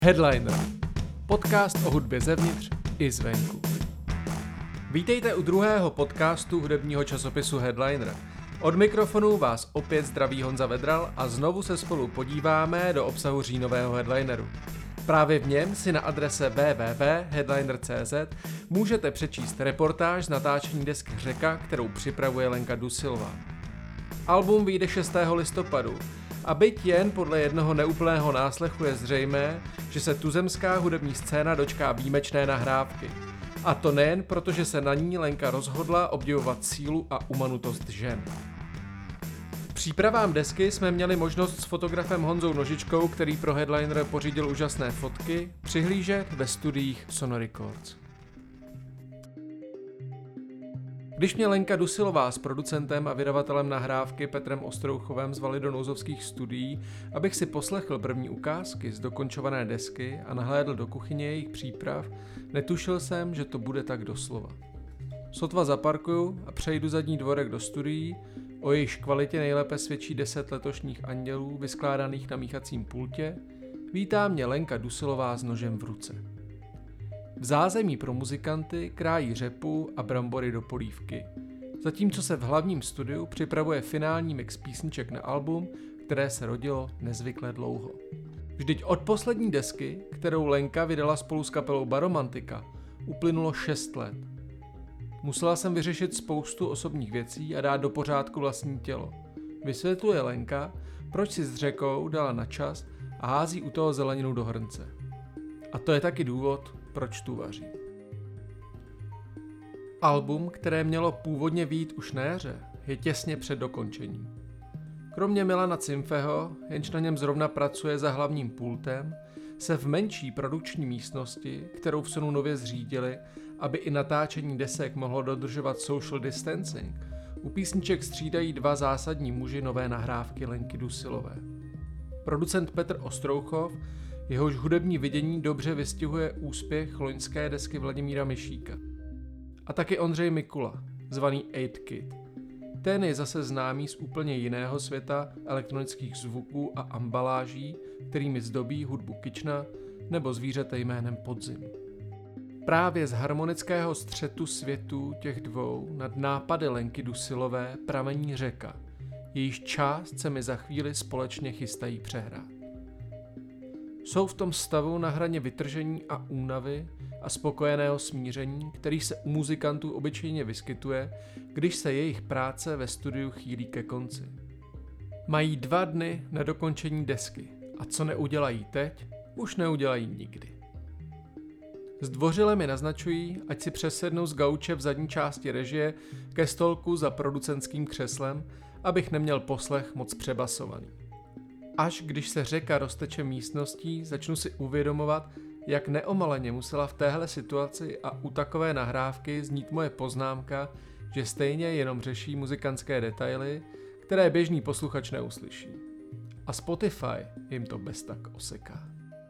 Headliner. Podcast o hudbě zevnitř i zvenku. Vítejte u druhého podcastu hudebního časopisu Headliner. Od mikrofonu vás opět zdraví Honza Vedral a znovu se spolu podíváme do obsahu říjnového Headlineru. Právě v něm si na adrese www.headliner.cz můžete přečíst reportáž z natáčení desky Řeka, kterou připravuje Lenka Dusilová. Album vyjde 6. listopadu a byť jen podle jednoho neúplného náslechu je zřejmé, že se tuzemská hudební scéna dočká výjimečné nahrávky. A to nejen proto, že se na ní Lenka rozhodla obdivovat sílu a umanutost žen. K přípravám desky jsme měli možnost s fotografem Honzou Nožičkou, který pro Headliner pořídil úžasné fotky, přihlížet ve studiích Sono Records. Když mě Lenka Dusilová s producentem a vydavatelem nahrávky Petrem Ostrouchovem zvali do nouzovských studií, abych si poslechl první ukázky z dokončované desky a nahlédl do kuchyně jejich příprav, netušil jsem, že to bude tak doslova. Sotva zaparkuju a přejdu zadní dvorek do studií, o jejichž kvalitě nejlépe svědčí 10 letošních andělů vyskládaných na míchacím pultě, vítá mě Lenka Dusilová s nožem v ruce. V zázemí pro muzikanty krájí řepu a brambory do polívky, zatímco se v hlavním studiu připravuje finální mix písniček na album, které se rodilo nezvykle dlouho. Vždyť od poslední desky, kterou Lenka vydala spolu s kapelou Baromantika, uplynulo 6 let. Musela jsem vyřešit spoustu osobních věcí a dát do pořádku vlastní tělo. Vysvětluje Lenka, proč si s Řekou dala na čas a hází u toho zeleninu do hrnce. A to je taky důvod, proč tu vaří. Album, které mělo původně vyjít už na jaře, je těsně před dokončením. Kromě Milana Cimfeho, jenž na něm zrovna pracuje za hlavním pultem, se v menší produkční místnosti, kterou v Sonu nově zřídili, aby i natáčení desek mohlo dodržovat social distancing, u písniček střídají dva zásadní muži nové nahrávky Lenky Dusilové. Producent Petr Ostrouchov, jehož hudební vidění dobře vystihuje úspěch loňské desky Vladimíra Mišíka. A taky Ondřej Mikula, zvaný 8Kid. Ten je zase známý z úplně jiného světa elektronických zvuků a ambaláží, kterými zdobí hudbu Kična nebo zvířete jménem Podzim. Právě z harmonického střetu světů těch dvou nad nápady Lenky Dusilové pramení Řeka, jejíž část se mi za chvíli společně chystají přehrát. Jsou v tom stavu na hraně vytržení a únavy a spokojeného smíření, který se u muzikantů obyčejně vyskytuje, když se jejich práce ve studiu chýlí ke konci. Mají 2 dny na dokončení desky a co neudělají teď, už neudělají nikdy. Zdvořile mi naznačují, ať si přesednou z gauče v zadní části režie ke stolku za producentským křeslem, abych neměl poslech moc přebasovaný. Až když se Řeka rozteče místností, začnu si uvědomovat, jak neomaleně musela v téhle situaci a u takové nahrávky znít moje poznámka, že stejně jenom řeší muzikantské detaily, které běžný posluchač neuslyší. A Spotify jim to bez tak oseká.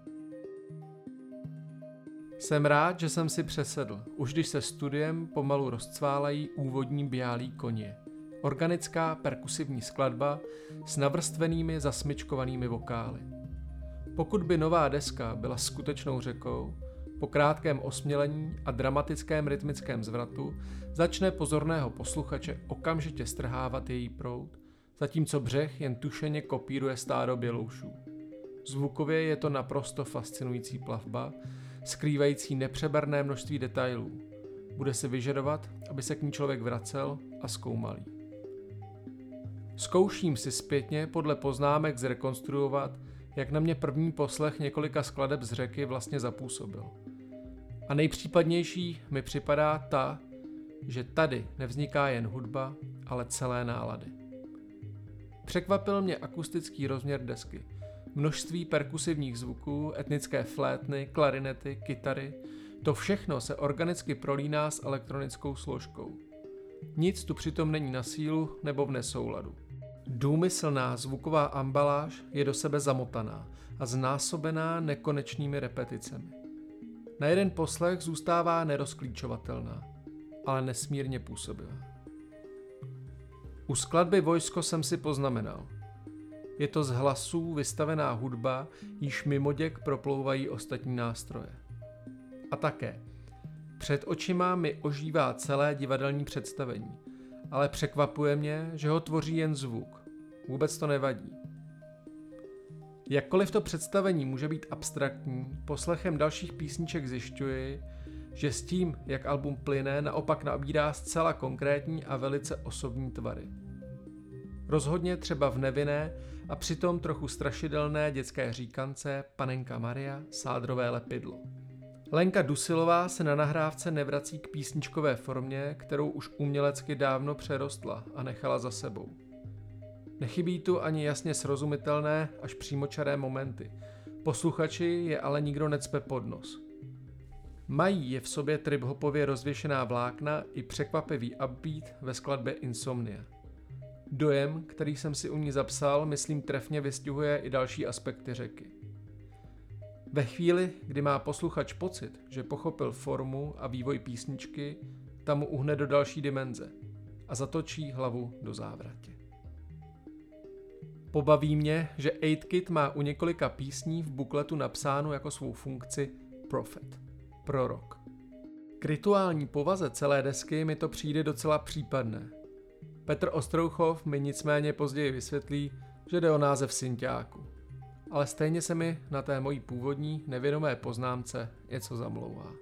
Jsem rád, že jsem si přesedl, už když se studiem pomalu rozcválají úvodní Bělý koně. Organická perkusivní skladba s navrstvenými zasmyčkovanými vokály. Pokud by nová deska byla skutečnou Řekou, po krátkém osmělení a dramatickém rytmickém zvratu začne pozorného posluchače okamžitě strhávat její proud, zatímco břeh jen tušeně kopíruje stádo běloušů. Zvukově je to naprosto fascinující plavba, skrývající nepřeberné množství detailů. Bude se vyžadovat, aby se k ní člověk vracel a zkoumal jí. Zkouším si zpětně podle poznámek zrekonstruovat, jak na mě první poslech několika skladeb z Řeky vlastně zapůsobil. A nejpřípadnější mi připadá ta, že tady nevzniká jen hudba, ale celé nálady. Překvapil mě akustický rozměr desky. Množství perkusivních zvuků, etnické flétny, klarinety, kytary, to všechno se organicky prolíná s elektronickou složkou. Nic tu přitom není na sílu nebo v nesouladu. Důmyslná zvuková ambaláž je do sebe zamotaná a znásobená nekonečnými repeticemi. Na jeden poslech zůstává nerozklíčovatelná, ale nesmírně působivá. U skladby Vojsko jsem si poznamenal. Je to z hlasů vystavená hudba, již mimoděk proplouvají ostatní nástroje. A také, před očima mi ožívá celé divadelní představení, ale překvapuje mě, že ho tvoří jen zvuk. Vůbec to nevadí. Jakkoliv to představení může být abstraktní, poslechem dalších písniček zjišťuji, že s tím, jak album plyne, naopak nabírá zcela konkrétní a velice osobní tvary. Rozhodně třeba v nevinné a přitom trochu strašidelné dětské říkance Panenka Maria, Sádrové lepidlo. Lenka Dusilová se na nahrávce nevrací k písničkové formě, kterou už umělecky dávno přerostla a nechala za sebou. Nechybí tu ani jasně srozumitelné až přímočaré momenty. Posluchači je ale nikdo necpe pod nos. Mají je v sobě trip-hopově rozvěšená vlákna i překvapivý upbeat ve skladbě Insomnia. Dojem, který jsem si u ní zapsal, myslím trefně vystihuje i další aspekty řeky. Ve chvíli, kdy má posluchač pocit, že pochopil formu a vývoj písničky, tam mu uhne do další dimenze a zatočí hlavu do závratě. Pobaví mě, že 8-Kid má u několika písní v bukletu napsáno jako svou funkci Prophet, prorok. K rituální povaze celé desky mi to přijde docela případné. Petr Ostrouchov mi nicméně později vysvětlí, že jde o název synťáku. Ale stejně se mi na té mojí původní nevědomé poznámce něco zamlouvá.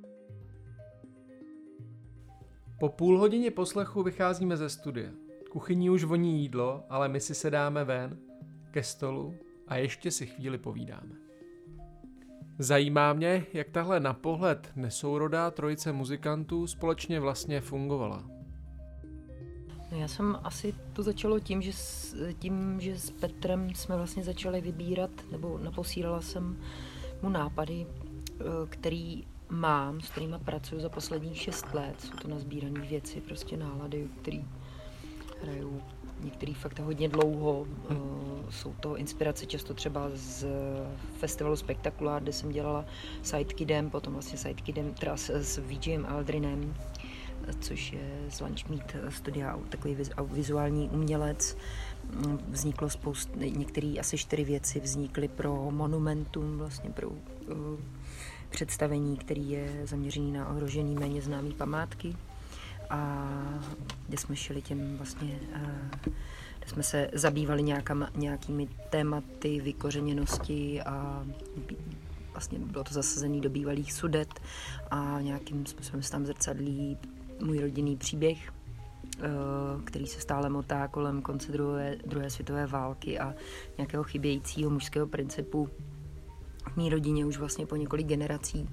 Po půl hodině poslechu vycházíme ze studia. Kuchyní už voní jídlo, ale my si sedáme ven, ke stolu a ještě si chvíli povídáme. Zajímá mě, jak tahle na pohled nesourodá trojice muzikantů společně vlastně fungovala. No já jsem asi to začalo tím, že s Petrem jsme vlastně začali vybírat, nebo naposílala jsem mu nápady, který mám, s kterýma pracuji za posledních 6 let. Jsou to nazbírané věci, prostě nálady, které hrajou některý fakt hodně dlouho. Jsou to inspirace často třeba z festivalu Spektakulár, kde jsem dělala Sidekidem, potom vlastně Sidekidem, teda s VJem Aldrinem, což je z Lunchmeat studia, takový vizuální umělec. Vzniklo některé asi 4 věci vznikly pro Monumentum, vlastně pro představení, který je zaměřený na ohrožený méně známý památky. A kde jsme šli těm vlastně, kde jsme se zabývali nějakými tématy vykořeněnosti a vlastně bylo to zasazené do bývalých Sudet a nějakým způsobem se tam zrcadlí můj rodinný příběh, který se stále motá kolem konce druhé světové války a nějakého chybějícího mužského principu v mý rodině už vlastně po několik generací.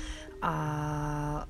A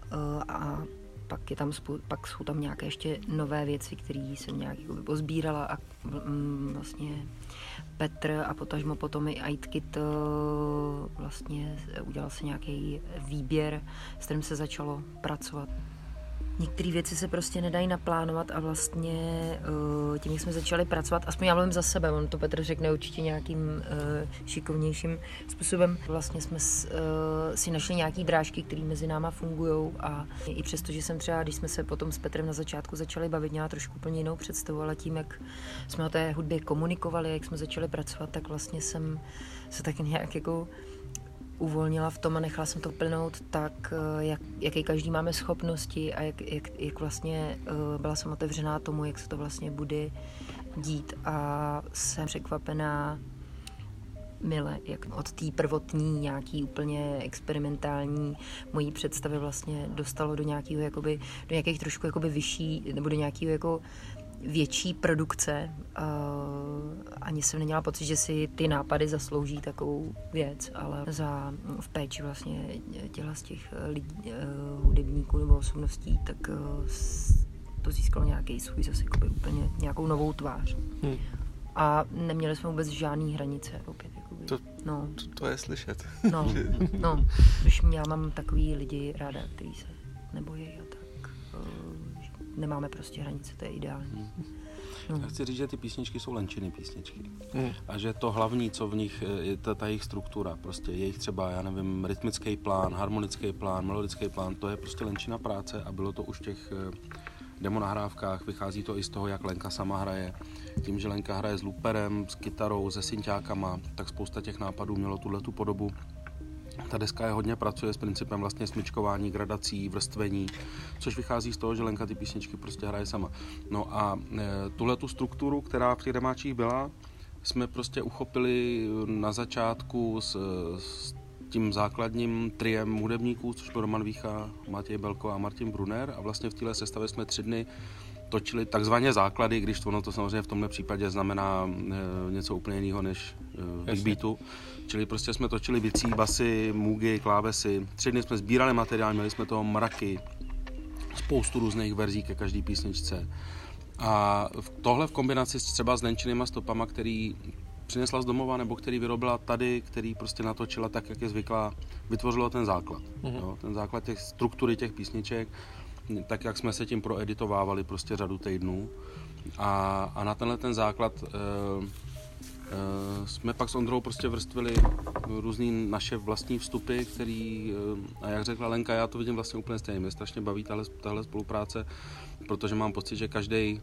pak jsou tam nějaké ještě nové věci, které jsem nějak pozbírala a vlastně Petr a potažmo potom i 8-Kid vlastně udělal se nějaký výběr, s kterým se začalo pracovat. Některé věci se prostě nedají naplánovat a vlastně tím, jak jsme začali pracovat, aspoň já mluvím za sebe, on to Petr řekne určitě nějakým šikovnějším způsobem. Vlastně jsme si našli nějaký drážky, které mezi náma fungujou a i přesto, že jsem třeba, když jsme se potom s Petrem na začátku začali bavit, měla trošku úplně jinou představu, ale tím, jak jsme o té hudbě komunikovali, jak jsme začali pracovat, tak vlastně jsem se taky nějak jako uvolnila v tom a nechala jsem to plynout tak, jaké každý máme schopnosti a jak vlastně byla jsem otevřená tomu, jak se to vlastně bude dít a jsem překvapená mile, jak od té prvotní nějaký úplně experimentální mojí představy vlastně dostalo do nějakého jakoby, do nějakých trošku jakoby vyšší nebo do nějakého jako větší produkce. Ani jsem neměla pocit, že si ty nápady zaslouží takovou věc, ale v péči vlastně těla z těch hudebníků nebo osobností, tak to získalo nějaký svůj zase úplně nějakou novou tvář. A neměli jsme vůbec žádný hranice opět. To je slyšet. Už já mám takový lidi ráda, kteří se nebojí a tak. Nemáme prostě hranice, to je ideální. Já chci říct, že ty písničky jsou lenčiny písničky. A že to hlavní, co v nich je ta jejich struktura, prostě jejich třeba, já nevím, rytmický plán, harmonický plán, melodický plán, to je prostě lenčina práce a bylo to už těch demonahrávkách, vychází to i z toho, jak Lenka sama hraje. Tím, že Lenka hraje s looperem, s kytarou, se synťákama, tak spousta těch nápadů mělo tuhletu podobu. Ta deska je hodně pracuje s principem vlastně smyčkování, gradací, vrstvení, což vychází z toho, že Lenka ty písničky prostě hraje sama. No a tuhletu strukturu, která v těch demáčích byla, jsme prostě uchopili na začátku s tím základním triem hudebníků, což byl Roman Vícha, Matěj Belko a Martin Brunner, a vlastně v téhle sestavě jsme 3 dny točili takzvaně základy, když ono to samozřejmě v tomhle případě znamená něco úplně jiného než big beatu. Čili prostě jsme točili bicí, basy, můgy, klávesy. 3 dny jsme sbírali materiál, měli jsme toho mraky, spoustu různých verzí ke každé písničce. A tohle v kombinaci třeba s Nenčinýma stopama, který přinesla z domova, nebo který vyrobila tady, který prostě natočila tak, jak je zvyklá, vytvořilo ten základ. Jo, ten základ těch struktury těch písniček, tak jak jsme se tím proeditovávali prostě řadu týdnů. A na tenhle ten základ jsme pak s Ondrou prostě vrstvili různý naše vlastní vstupy, který, a jak řekla Lenka, já to vidím vlastně úplně stejně. Mě strašně baví tahle spolupráce, protože mám pocit, že každý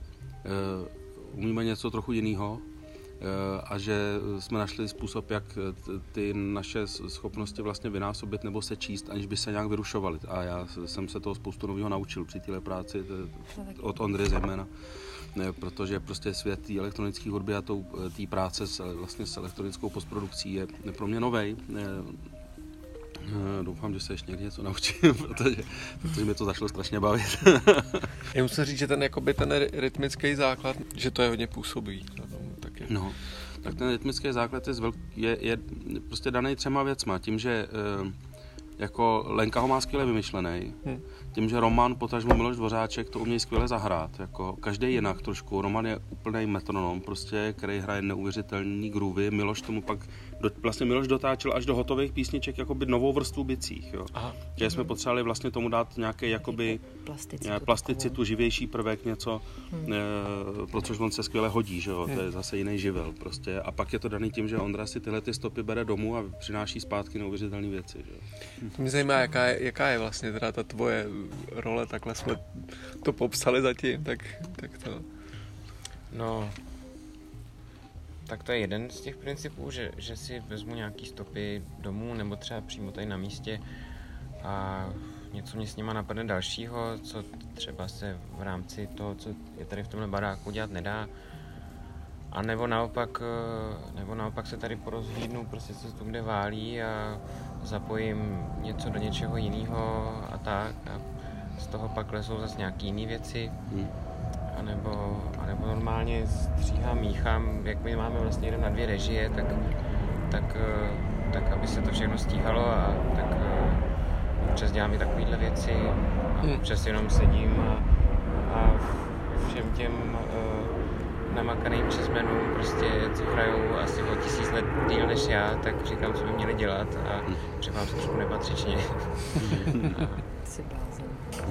umíme něco trochu jiného a že jsme našli způsob, jak ty naše schopnosti vlastně vynásobit nebo se číst, aniž by se nějak vyrušovaly. A já jsem se toho spoustu nového naučil při téhle práci, od Ondry zejména. Protože prostě svět té elektronické hudby a té práce vlastně s elektronickou postprodukcí je pro mě novej. Doufám, že se ještě někdy něco naučím, protože mě to začalo strašně bavit. Já musím říct, že ten rytmický základ, že to je hodně působí. No, tak ten rytmický základ je prostě daný 3 věcma. Tím, že jako Lenka ho má skvěle vymyšlený, tím, že Roman, potažmo Miloš Dvořáček to umějí skvěle zahrát, jako každý jinak trošku. Roman je úplný metronom, prostě, který hraje neuvěřitelný groovy. Miloš tomu pak, Miloš dotáčel až do hotových písniček jakoby novou vrstvu bicích, jo. Že jsme potřebovali vlastně tomu dát nějaký jakoby plasticitu, živější prvek, něco, pro což on se skvěle hodí, že jo, to je zase jiný živel, prostě. A pak je to daný tím, že Ondra si tyhle ty stopy bere domů a přináší zpátky neuvěřitelné věci, že jo. To mě zajímá, jaká je vlastně teda ta tvoje role, takhle jsme to popsali zatím, tak to... No, tak to je jeden z těch principů, že si vezmu nějaký stopy domů nebo třeba přímo tady na místě a něco mě s nima napadne dalšího, co třeba se v rámci toho, co je tady v tomhle baráku, dělat nedá. A nebo naopak se tady porozhlídnu, prostě co se tu kde válí a zapojím něco do něčeho jiného a tak. A z toho pak lezou zase nějaký jiný věci. A nebo normálně stříhám, míchám, jak my máme vlastně jeden na 2 režie, tak aby se to všechno stíhalo a tak občas dělám i takovýhle věci a občas jenom sedím a všem těm namakaným jazzmenům, prostě, co hrajou asi o 1000 let díl než já, tak říkám, co by měli dělat a třeba se trošku nepatřičně. Jsi blázen.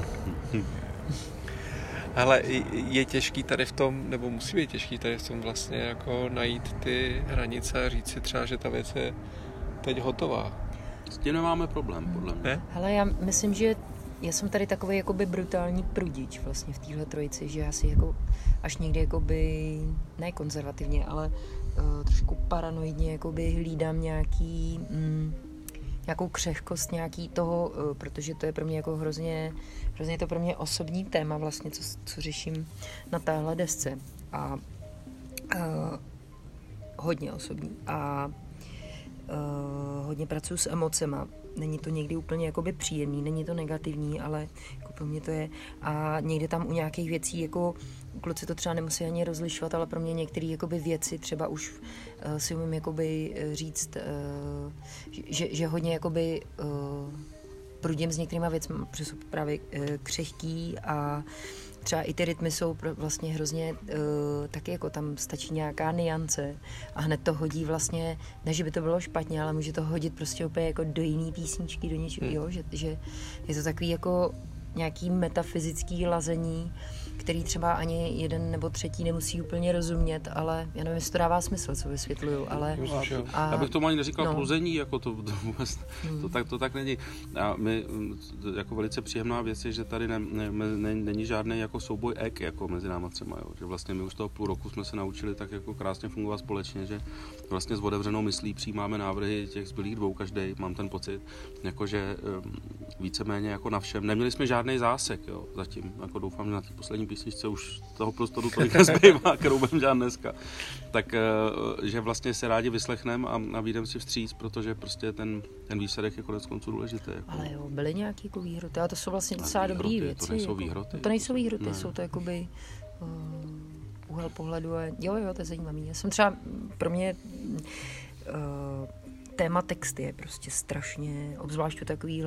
Ale je těžký tady v tom, nebo musí být těžký tady v tom vlastně jako najít ty hranice a říct si třeba, že ta věc je teď hotová. S tím nemáme problém, podle mě. Ne? Hele, já myslím, že já jsem tady takový jakoby brutální prudič vlastně v téhle trojici, že já si jako až někdy jakoby, ne konzervativně, ale trošku paranoidně jakoby hlídám nějakou křehkost nějaký toho, protože to je pro mě jako hrozně to pro mě osobní téma vlastně, co řeším na téhle desce a hodně osobní a hodně pracuji s emocema. Není to někdy úplně jakoby příjemný, není to negativní, ale jako pro mě to je. A někde tam u nějakých věcí, jako kluci to třeba nemusí ani rozlišovat, ale pro mě některé jakoby věci třeba už si umím jakoby říct, že hodně jakoby prudím s některýma věcmi, protože jsou právě křehký a třeba i ty rytmy jsou vlastně hrozně taky jako tam stačí nějaká niance a hned to hodí vlastně, ne že by to bylo špatně, ale může to hodit prostě úplně jako do jiný písničky, do něčeho, že je to takový jako nějaký metafyzický lazení, který třeba ani jeden nebo třetí nemusí úplně rozumět, ale já nevím, jestli to dává smysl, co vysvětluju, ale... Já bych tomu ani neříkal pluzení, jako to vůbec, to tak není. A my, jako velice příjemná věc je, že tady není žádný jako souboj jako mezi náma třema, jo. Že vlastně my už toho půl roku jsme se naučili tak jako krásně fungovat společně, že vlastně s otevřenou myslí přijímáme návrhy těch zbylých dvou každej, mám ten pocit, jakože víceméně jako na všem. Neměli jsme žádný zásek, jo, zatím, jako doufám, že na té poslední písničce už toho prostoru tolik nezbývá, kterou budeme dělat dneska. Tak, že vlastně se rádi vyslechneme a vyjdeme si vstříc, protože prostě ten výsledek je konec konců důležitý. Jako. Ale jo, byly nějaký jako výhroty, ale to jsou vlastně docela dobrý věci. To nejsou výhroty. To nejsou výhroty, ne. Jsou to jakoby úhel pohledu a jo, to je zajímavý. Já jsem třeba, pro mě téma texty je prostě strašně, obzvlášť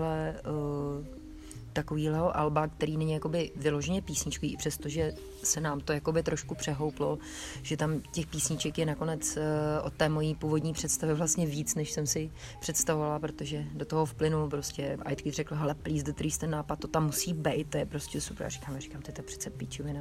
takovýhleho alba, který není jakoby vyloženě písničkový, i přesto, že se nám to jakoby trošku přehouplo, že tam těch písniček je nakonec od té mojí původní představy vlastně víc, než jsem si představovala, protože do toho vplynul prostě Aitkid řekl, hele, please the trees, ten nápad, to tam musí být, to je prostě super. A říkám, to je přece píčovina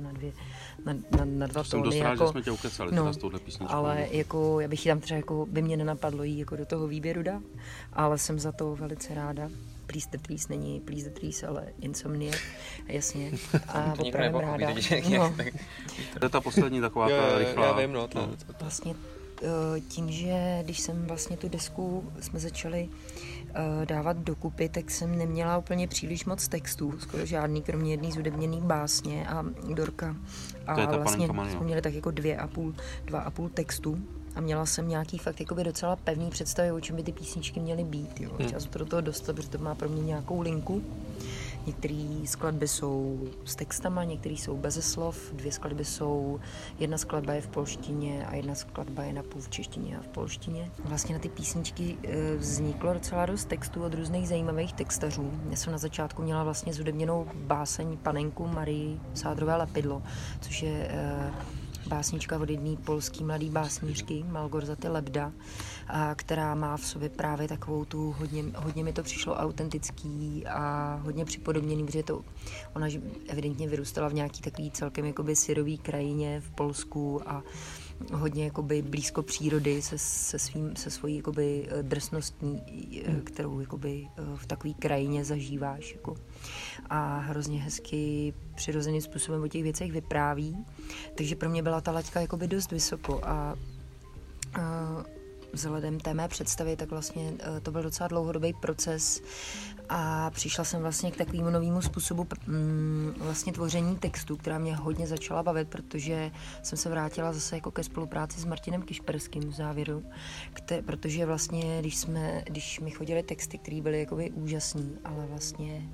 na dva tóny. Jsem dost rád, že jsme tě ukecali teda s touhle písničkou. Ale jako, já bych ji tam třeba, jako, by mě nenapadlo jí jako do toho výběru dát, ale jsem za to velice ráda. Please the Trees není Please the Trees, ale Insomniac, jasně. A opravdu ráda. To je ta poslední taková ta rychlá. Já vím, Vlastně tím, že když jsem vlastně tu desku jsme začali dávat dokupy, tak jsem neměla úplně příliš moc textů, skoro žádný, kromě jedný zhudebněný básně a Dorka. A vlastně jsme měli tak jako 2,5 textu. A měla jsem nějaký fakt jakoby docela pevný představy, o čem by ty písničky měly být. Jo. Chtěla jsem to do toho dostat, protože to má pro mě nějakou linku. Některé skladby jsou s textama, některé jsou beze slov, 2 skladby jsou, jedna skladba je v polštině a jedna skladba je napůl v češtině a v polštině. Vlastně na ty písničky vzniklo docela dost textů od různých zajímavých textařů. Já jsem na začátku měla vlastně zhudebněnou báseň Panenku Marii Sádrové Lepidlo, což je básnička od jedné polský mladý básnířky Malgorzaty Lebda, která má v sobě právě takovou tu, hodně mi to přišlo autentický a hodně připodobněný, protože ona evidentně vyrůstala v nějaký takový celkem jakoby syrový krajině v Polsku a hodně jakoby blízko přírody se svojí jakoby drsností, kterou jakoby v takové krajině zažíváš. Jako. A hrozně hezky přirozeným způsobem o těch věcech vypráví. Takže pro mě byla ta laťka jakoby dost vysoko a vzhledem té mé představy, tak vlastně to byl docela dlouhodobý proces a přišla jsem vlastně k takovému novému způsobu vlastně tvoření textu, která mě hodně začala bavit, protože jsem se vrátila zase jako ke spolupráci s Martinem Kišperským v závěru, protože vlastně, když mi chodily texty, které byly jakoby úžasný, ale vlastně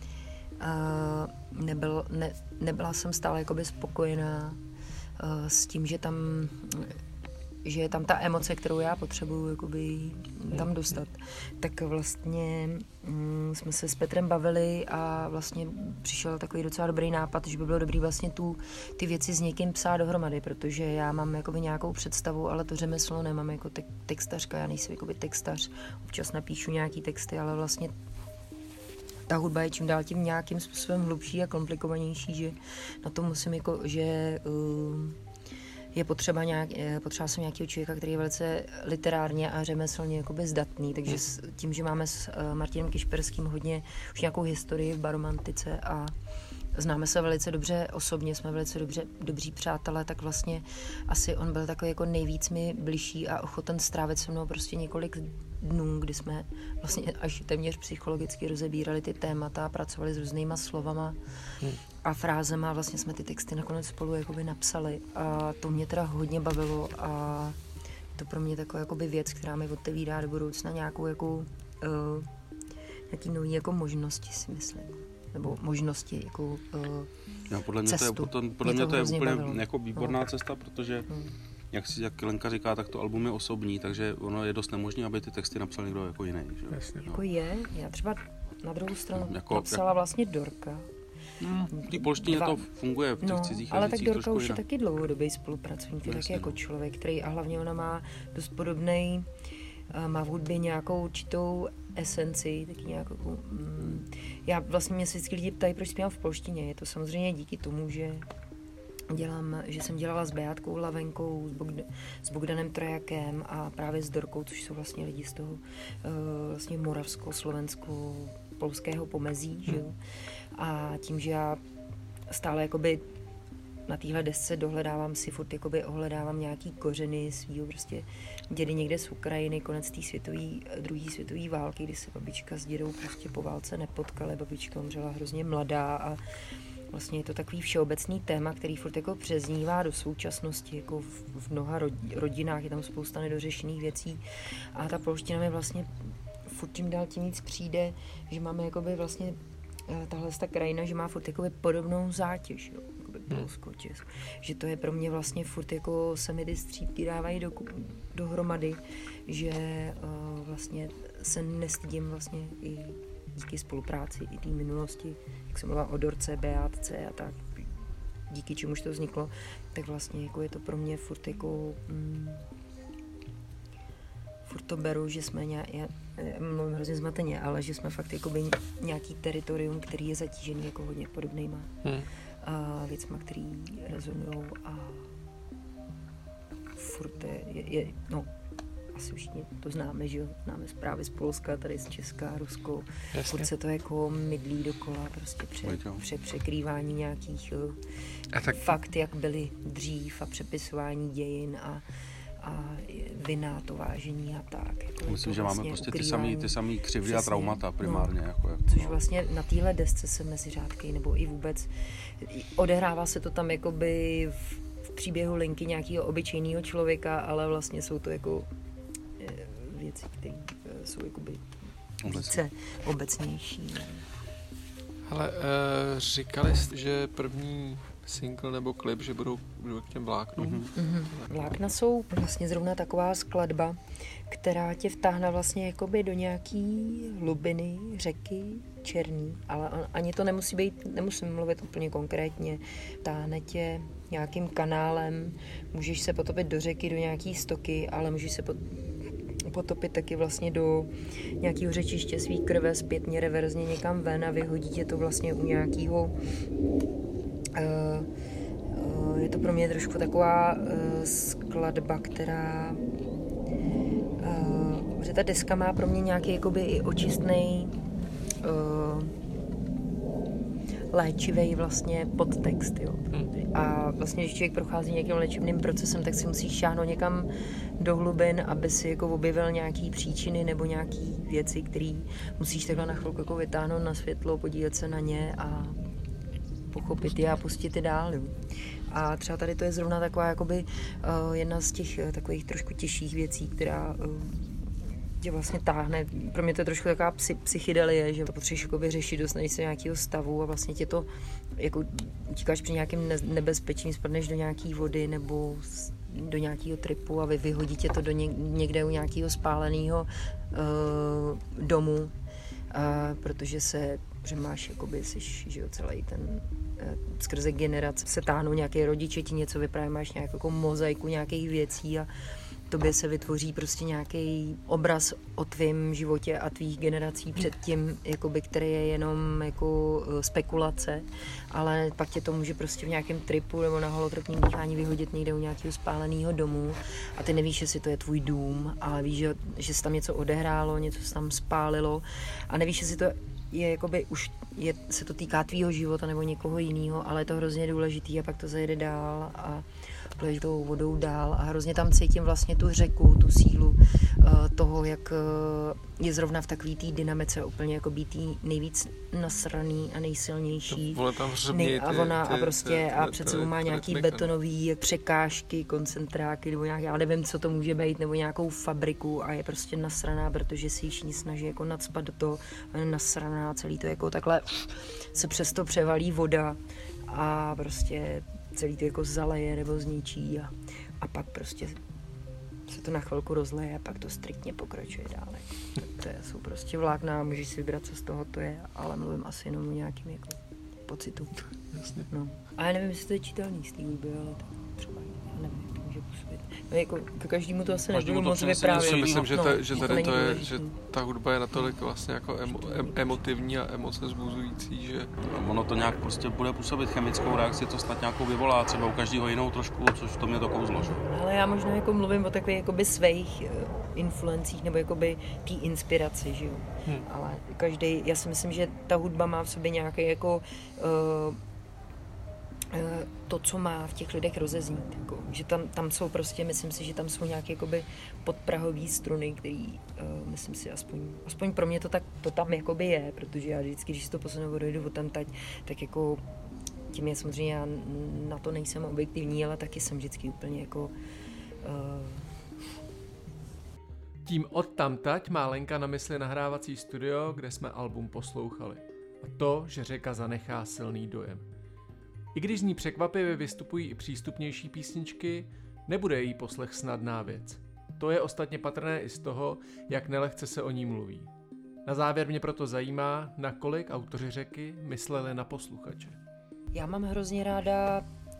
nebyla jsem stále jakoby spokojená s tím, že je tam ta emoce, kterou já potřebuju jakoby tam dostat. Tak vlastně jsme se s Petrem bavili a vlastně přišel takový docela dobrý nápad, že by bylo dobrý vlastně ty věci s někým psát dohromady, protože já mám jakoby nějakou představu, ale to řemeslo nemám jako textařka, já nejsem jakoby textař, občas napíšu nějaký texty, ale vlastně ta hudba je čím dál tím nějakým způsobem hlubší a komplikovanější, že na to musím jako, že je potřeba jsem nějakého člověka, který je velice literárně a řemeslně jakoby zdatný, takže tím, že máme s Martinem Kišperským hodně už nějakou historii v baromantice a známe se velice dobře osobně, jsme velice dobří přátelé, tak vlastně asi on byl takový jako nejvíc mi bližší a ochoten strávit se mnou prostě několik dnů, kdy jsme vlastně až téměř psychologicky rozebírali ty témata a pracovali s různýma slovama a frázema a vlastně jsme ty texty nakonec spolu jakoby napsali a to mě teda hodně bavilo a to pro mě taková jakoby věc, která mi otevírá do budoucna nějakou jako nějaký nový jako možnosti, si myslím. Nebo možnosti jako cestu. Podle mě to je úplně jako výborná cesta, protože jak Lenka říká, tak to album je osobní, takže ono je dost nemožné, aby ty texty napsal někdo jako jiný. Že? Jako je, já třeba na druhou stranu napsala vlastně Dorka. V té polštině to funguje, v těch cizích ale tak Dorka už je taky dlouhodobý spolupracovník, je taky jako člověk, který a hlavně ona má dost podobnej, má v hudbě nějakou určitou esenci, taky nějakou, já vlastně mě se vždycky lidi ptají, proč zpívám v polštině, je to samozřejmě díky tomu, že že jsem dělala s Beátkou Lavenkou, s Bogdanem Trojakem a právě s Dorkou, což jsou vlastně lidi z toho vlastně moravsko-slovensko-polského pomezí, že jo. A tím, že já stále jakoby na téhle desce dohledávám si, furt jakoby ohledávám nějaký kořeny svýho prostě dědy někde z Ukrajiny, konec té druhé světové války, kdy se babička s dědou prostě po válce nepotkali, babička umřela hrozně mladá a vlastně je to takový všeobecný téma, který furt jako přeznívá do současnosti, jako v mnoha rodinách, je tam spousta nedořešených věcí a ta polština mi vlastně furt tím dál tím víc přijde, že máme jakoby vlastně tahle ta krajina, že má furt jakoby podobnou zátěž, jo, jakoby Polsko, Česko, že to je pro mě vlastně furt jako se mi ty střípky dávají dohromady, že vlastně se nestydím vlastně i díky spolupráci, i té minulosti, jak jsem mluvila o Dorce, Beátce a tak, díky čemuž to vzniklo, tak vlastně jako je to pro mě furt jako furt to beru, že jsme mluvím hrozně zmateně, ale že jsme fakt jakoby nějaký teritorium, který je zatížený jako hodně podobnýma věcma, který rezonujou a furt no, asi všichni to známe, že jo, známe zprávy z Polska, tady z Česka, Rusko, furt se to jako mydlí dokola, prostě překrývání nějakých fakt, jak byly dřív a přepisování dějin a vina, to vážení a tak. Jako myslím, že vlastně máme prostě ty samý křivdy a traumata primárně. No, jako což vlastně na téhle desce se mezi řádky, nebo i vůbec odehrává se to tam jakoby v příběhu linky nějakého obyčejného člověka, ale vlastně jsou to jako věci, které jsou jakoby více obecnější. Ale říkali jste, že první single nebo klip, že budou k těm vláknům? Vlákna jsou vlastně zrovna taková skladba, která tě vtáhne vlastně jakoby do nějaký hlubiny řeky černý, ale ani to nemusím mluvit úplně konkrétně, vtáhne tě nějakým kanálem, můžeš se potopit do řeky, do nějaký stoky, ale můžeš se potopit taky vlastně do nějakého řečiště svý krve, zpětně reverzně někam ven a vyhodí tě to vlastně u nějakého je to pro mě trošku taková skladba, která že ta deska má pro mě nějaký jakoby i očistnej léčivý vlastně podtext, jo. A vlastně, když člověk prochází nějakým léčebným procesem, tak si musí šáhnout někam do hlubin, aby si jako objevil nějaký příčiny nebo nějaký věci, které musíš takhle na chvilku jako vytáhnout na světlo, podívat se na ně a pochopit je a pustit je dál. Jo. A třeba tady to je zrovna taková jakoby jedna z těch takových trošku těžších věcí, která tě vlastně táhne. Pro mě to je trošku taková psychedelie, že to potřebuješ jakoby řešit, dostaneš se do nějakého stavu a vlastně tě to jako utíkáš při nějakém nebezpečí, spadneš do nějaké vody nebo do nějakého tripu a vyhodí tě to do někde u nějakého spáleného domu, protože máš jakoby, že jo, celý ten skrze generace se táhnou nějaké rodiče, ti něco vyprávějí, máš nějakou mozaiku nějakých věcí a tobě se vytvoří prostě nějaký obraz o tvém životě a tvých generací předtím, jakoby, který je jenom jako spekulace, ale pak tě to může prostě v nějakém tripu nebo na holotropním dýchání vyhodit někde u nějakého spáleného domu a ty nevíš, jestli to je tvůj dům, ale víš, že se tam něco odehrálo, něco se tam spálilo a nevíš, jestli to je jakoby už se to týká tvýho života nebo někoho jiného, ale je to hrozně důležitý a pak to zajede dál a pluješ tou vodou dál a hrozně tam cítím vlastně tu řeku, tu sílu toho, jak je zrovna v takový té dynamice úplně jako být nejvíc nasraný a nejsilnější. A před sebou má nějaký betonový překážky, koncentráky nebo nějak, já nevím, co to může být, nebo nějakou fabriku a je prostě nasraná, protože si všichni snaží jako nacpat do toho, nasraná, celý to jako takhle se přesto převalí voda a prostě celý to jako zaleje nebo zničí a pak prostě se to na chvilku rozleje a pak to striktně pokračuje dále. To jsou prostě vlákna, můžeš si vybrat, co z toho to je, ale mluvím asi jenom o nějakým jako pocitu. Jasně. No. A já nevím, jestli to je čitelný z té hudby, ale tak třeba, já nevím, může působit. No, jako k každému to asi Každému nebudu to moc přinese něco vyprávět. jiného. Myslím, že, No, že to tady není to je, důležitý. že ta hudba je natolik vlastně jako emotivní a emoce vzbuzující, že... Ono to nějak prostě bude působit chemickou reakci, to snad nějakou vyvolá, třeba u každého jinou trošku, což v tom je to kouzlo, že? Ale já možná jako mluvím o takových jakoby svých influencích nebo jakoby té inspiraci, že jo. Ale každý, já si myslím, že ta hudba má v sobě nějaký jako to, co má v těch lidech rozeznít. Jako, že tam jsou prostě, myslím si, že tam jsou nějaké jakoby podprahový struny, který, myslím si, aspoň pro mě to tam jakoby je, protože já vždycky, když si to posunu odejdu odtamtať, tak jako tím je samozřejmě, já na to nejsem objektivní, ale taky jsem vždycky úplně jako... Tím odtamtať má Lenka na mysli nahrávací studio, kde jsme album poslouchali. A to, že řeka zanechá silný dojem. I když z ní překvapivě vystupují i přístupnější písničky, nebude její poslech snadná věc. To je ostatně patrné i z toho, jak nelehce se o ní mluví. Na závěr mě proto zajímá, nakolik autoři řeky mysleli na posluchače. Já mám hrozně ráda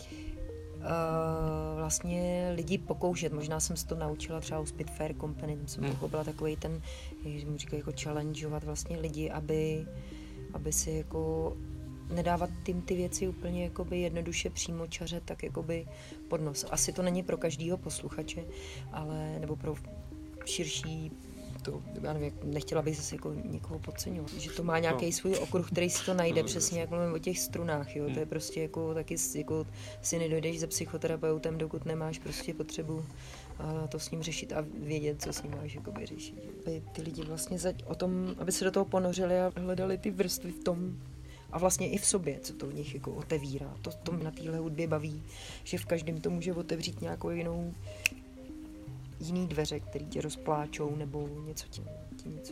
vlastně lidi pokoušet. Možná jsem se to naučila třeba u Spitfire Company, jsem pochopila takový ten, jak mu říkají, jako challengeovat vlastně lidi, aby si jako nedávat tím ty věci úplně jakoby jednoduše přímočaře, tak jakoby pod nos. Asi to není pro každýho posluchače, ale nebo pro širší to, já nevím, nechtěla bych zase jako někoho podceňovat, že to má nějaký svůj okruh, který si to najde, přesně jak mluvím o těch strunách, jo, to je prostě jako taky jako si nedojdeš za psychoterapeutem, dokud nemáš prostě potřebu to s ním řešit a vědět, co s ním máš jakoby řešit. Aby ty lidi vlastně o tom, aby se do toho ponořili a hledali ty vrstvy v tom a vlastně i v sobě, co to v nich jako otevírá. To na téhle hudbě baví, že v každém to může otevřít nějakou jiný dveře, který tě rozpláčou, nebo něco ti něco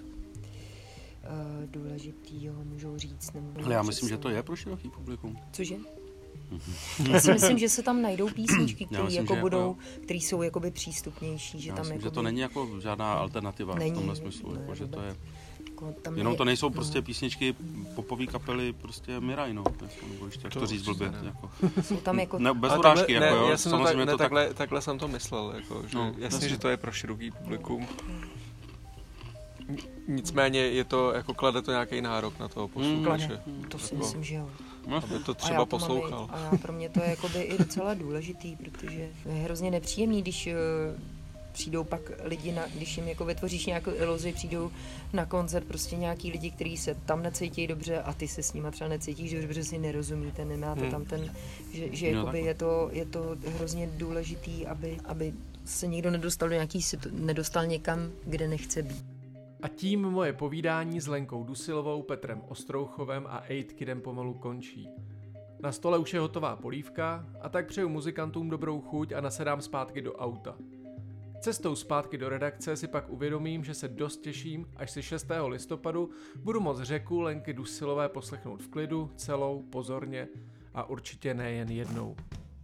důležitýho můžou říct. Ale já myslím, že to je pro široký publikum. Cože? Já si myslím, že se tam najdou písničky, které jako budou, které jsou jakoby přístupnější, že já tam myslím, jakoby... že to není jako žádná alternativa v tomhle smyslu, jako, že to je... Tam jenom to nejsou prostě písničky popové kapely prostě Miraj, no, nebo ještě jak to říct blbě, jako. Jsou tam jako... Ne, bez urážky, jako jo, já jsem samozřejmě to takhle jsem to myslel, jako, že no, jasně, že to je pro široký publikum. Nicméně je to, jako klade to nějaký nárok na toho posluchače. To si myslím, že jo. Aby to třeba poslouchal. A pro mě to je jakoby i docela důležitý, protože je hrozně nepříjemný, když přijdou pak lidi, když jim jako vytvoříš nějakou iluzi, přijdou na koncert prostě nějaký lidi, kteří se tam necítí dobře a ty se s nima třeba necítíš dobře, protože si nerozumíte, nemáte tam ten, že jakoby je to hrozně důležitý, aby se někdo nedostal někam, kde nechce být. A tím moje povídání s Lenkou Dusilovou, Petrem Ostrouchovem a 8kidem pomalu končí. Na stole už je hotová polívka a tak přeju muzikantům dobrou chuť a nasedám zpátky do auta. Cestou zpátky do redakce si pak uvědomím, že se dost těším, až si 6. listopadu budu moct řeku Lenky Dusilové poslechnout v klidu, celou, pozorně a určitě nejen jednou.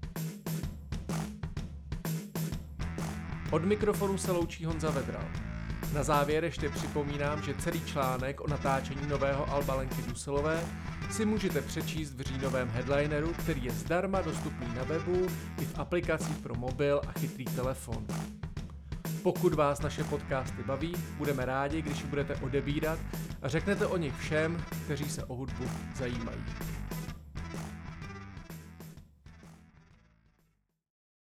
Od mikrofonu se loučí Honza Vedral. Na závěr ještě připomínám, že celý článek o natáčení nového alba Lenky Dusilové si můžete přečíst v říjnovém headlineru, který je zdarma dostupný na webu i v aplikacích pro mobil a chytrý telefon. Pokud vás naše podcasty baví, budeme rádi, když ji budete odebírat a řeknete o nich všem, kteří se o hudbu zajímají.